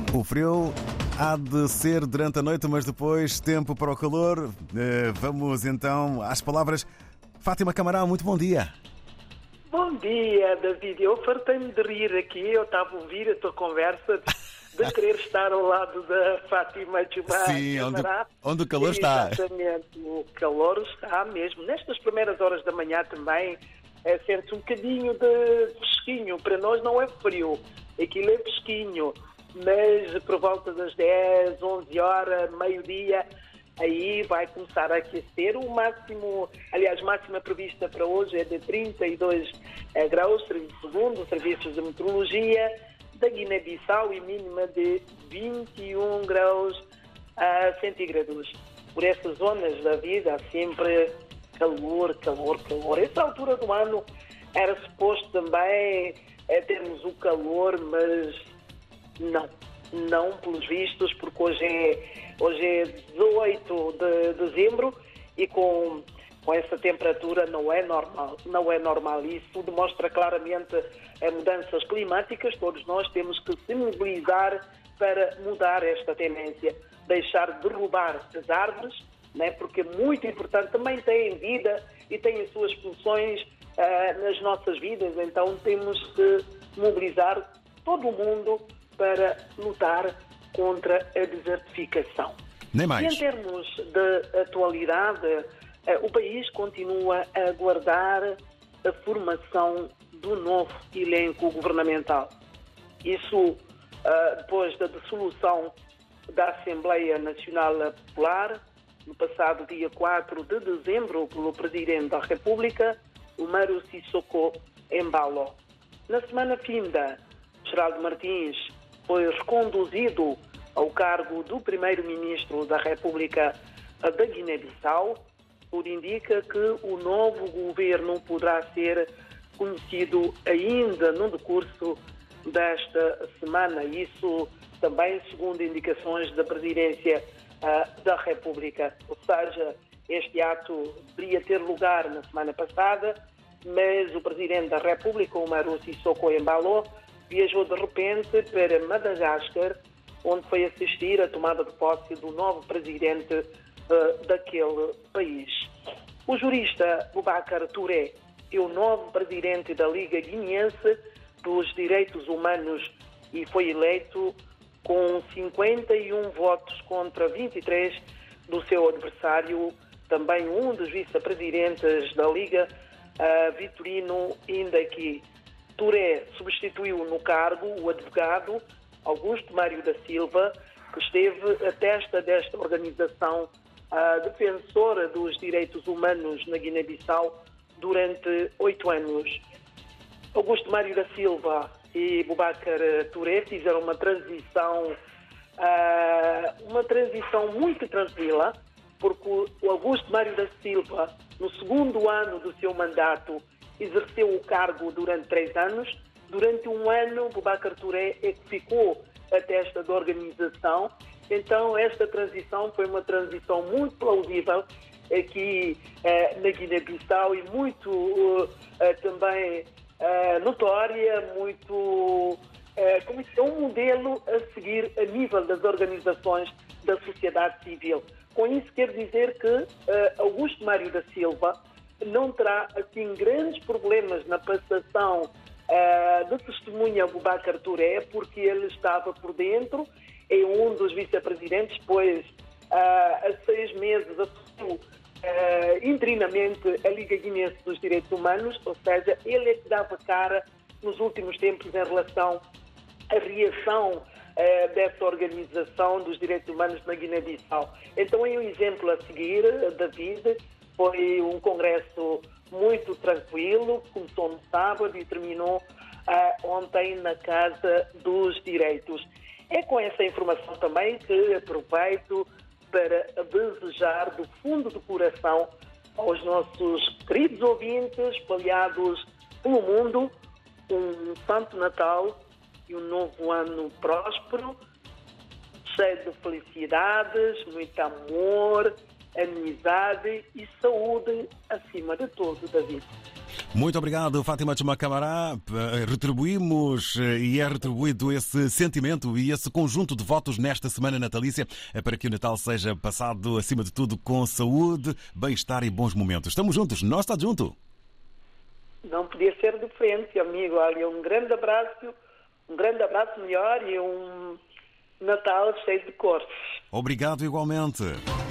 O frio há de ser durante a noite, mas depois tempo para o calor. Vamos então às palavras. Fátima Camarão, muito bom dia. Bom dia, David. Eu fartei-me de rir aqui. Eu estava a ouvir a tua conversa de querer estar ao lado da Fátima Jumá. Sim, onde o calor está. Exatamente, o calor está mesmo. Nestas primeiras horas da manhã também sente-se um bocadinho de fresquinho. Para nós não é frio, aquilo é fresquinho. Mas por volta das 10, 11 horas, meio-dia, aí vai começar a aquecer. O máximo, aliás, máxima prevista para hoje é de 32 graus, segundo os serviços de meteorologia da Guiné-Bissau, e mínima de 21 graus centígrados. Por essas zonas da vida há sempre calor. Essa altura do ano era suposto também termos o calor, mas não pelos vistos, porque hoje é 18 de dezembro e com essa temperatura não é normal. Isso demonstra claramente mudanças climáticas. Todos nós temos que se mobilizar para mudar esta tendência, deixar de derrubar as árvores, né? Porque é muito importante, também têm vida e têm as suas funções nas nossas vidas. Então temos que mobilizar todo o mundo para lutar contra a desertificação. Nem mais. E em termos de atualidade, o país continua a aguardar a formação do novo elenco governamental. Isso depois da dissolução da Assembleia Nacional Popular, no passado dia 4 de dezembro, pelo Presidente da República, Umaru Sissoko Embalo. Na semana finda, Geraldo Martins foi reconduzido ao cargo do Primeiro-Ministro da República da Guiné-Bissau. Tudo indica que o novo governo poderá ser conhecido ainda no decurso desta semana. Isso também segundo indicações da Presidência da República. Ou seja, este ato deveria ter lugar na semana passada, mas o Presidente da República, Umaru Sissoko Embalo, viajou de repente para Madagascar, onde foi assistir à tomada de posse do novo presidente daquele país. O jurista Boubacar Touré é o novo presidente da Liga Guineense dos Direitos Humanos e foi eleito com 51 votos contra 23 do seu adversário, também um dos vice-presidentes da Liga, Vitorino Indaqui. Touré substituiu no cargo o advogado Augusto Mário da Silva, que esteve à testa desta organização defensora dos direitos humanos na Guiné-Bissau durante 8 anos. Augusto Mário da Silva e Boubacar Touré fizeram uma transição muito tranquila, porque o Augusto Mário da Silva, no segundo ano do seu mandato, exerceu o cargo durante 3 anos. Durante um ano, Boubacar Touré é que ficou à testa da organização. Então, esta transição foi uma transição muito plausível aqui na Guiné-Bissau e muito também notória, muito um modelo a seguir a nível das organizações da sociedade civil. Com isso, quero dizer que Augusto Mário da Silva não terá assim grandes problemas na passação de testemunha a Boubacar Touré, porque ele estava por dentro, é um dos vice-presidentes, pois há 6 meses assumiu interinamente a Liga Guinense dos Direitos Humanos, ou seja, ele é que dava cara nos últimos tempos em relação à reação dessa organização dos direitos humanos na Guiné-Bissau. Então é um exemplo a seguir, David. Foi um congresso muito tranquilo, começou no sábado e terminou ontem na Casa dos Direitos. É com essa informação também que aproveito para desejar do fundo do coração aos nossos queridos ouvintes espalhados pelo mundo um Santo Natal e um novo ano próspero, cheio de felicidades, muito amor, amizade e saúde acima de tudo, David. Muito obrigado, Fátima Tchuma Camará. Retribuímos e é retribuído esse sentimento e esse conjunto de votos nesta semana natalícia para que o Natal seja passado, acima de tudo, com saúde, bem-estar e bons momentos. Estamos juntos, nós estamos juntos. Não podia ser diferente, amigo. Olha, um grande abraço melhor e um Natal cheio de cores. Obrigado igualmente.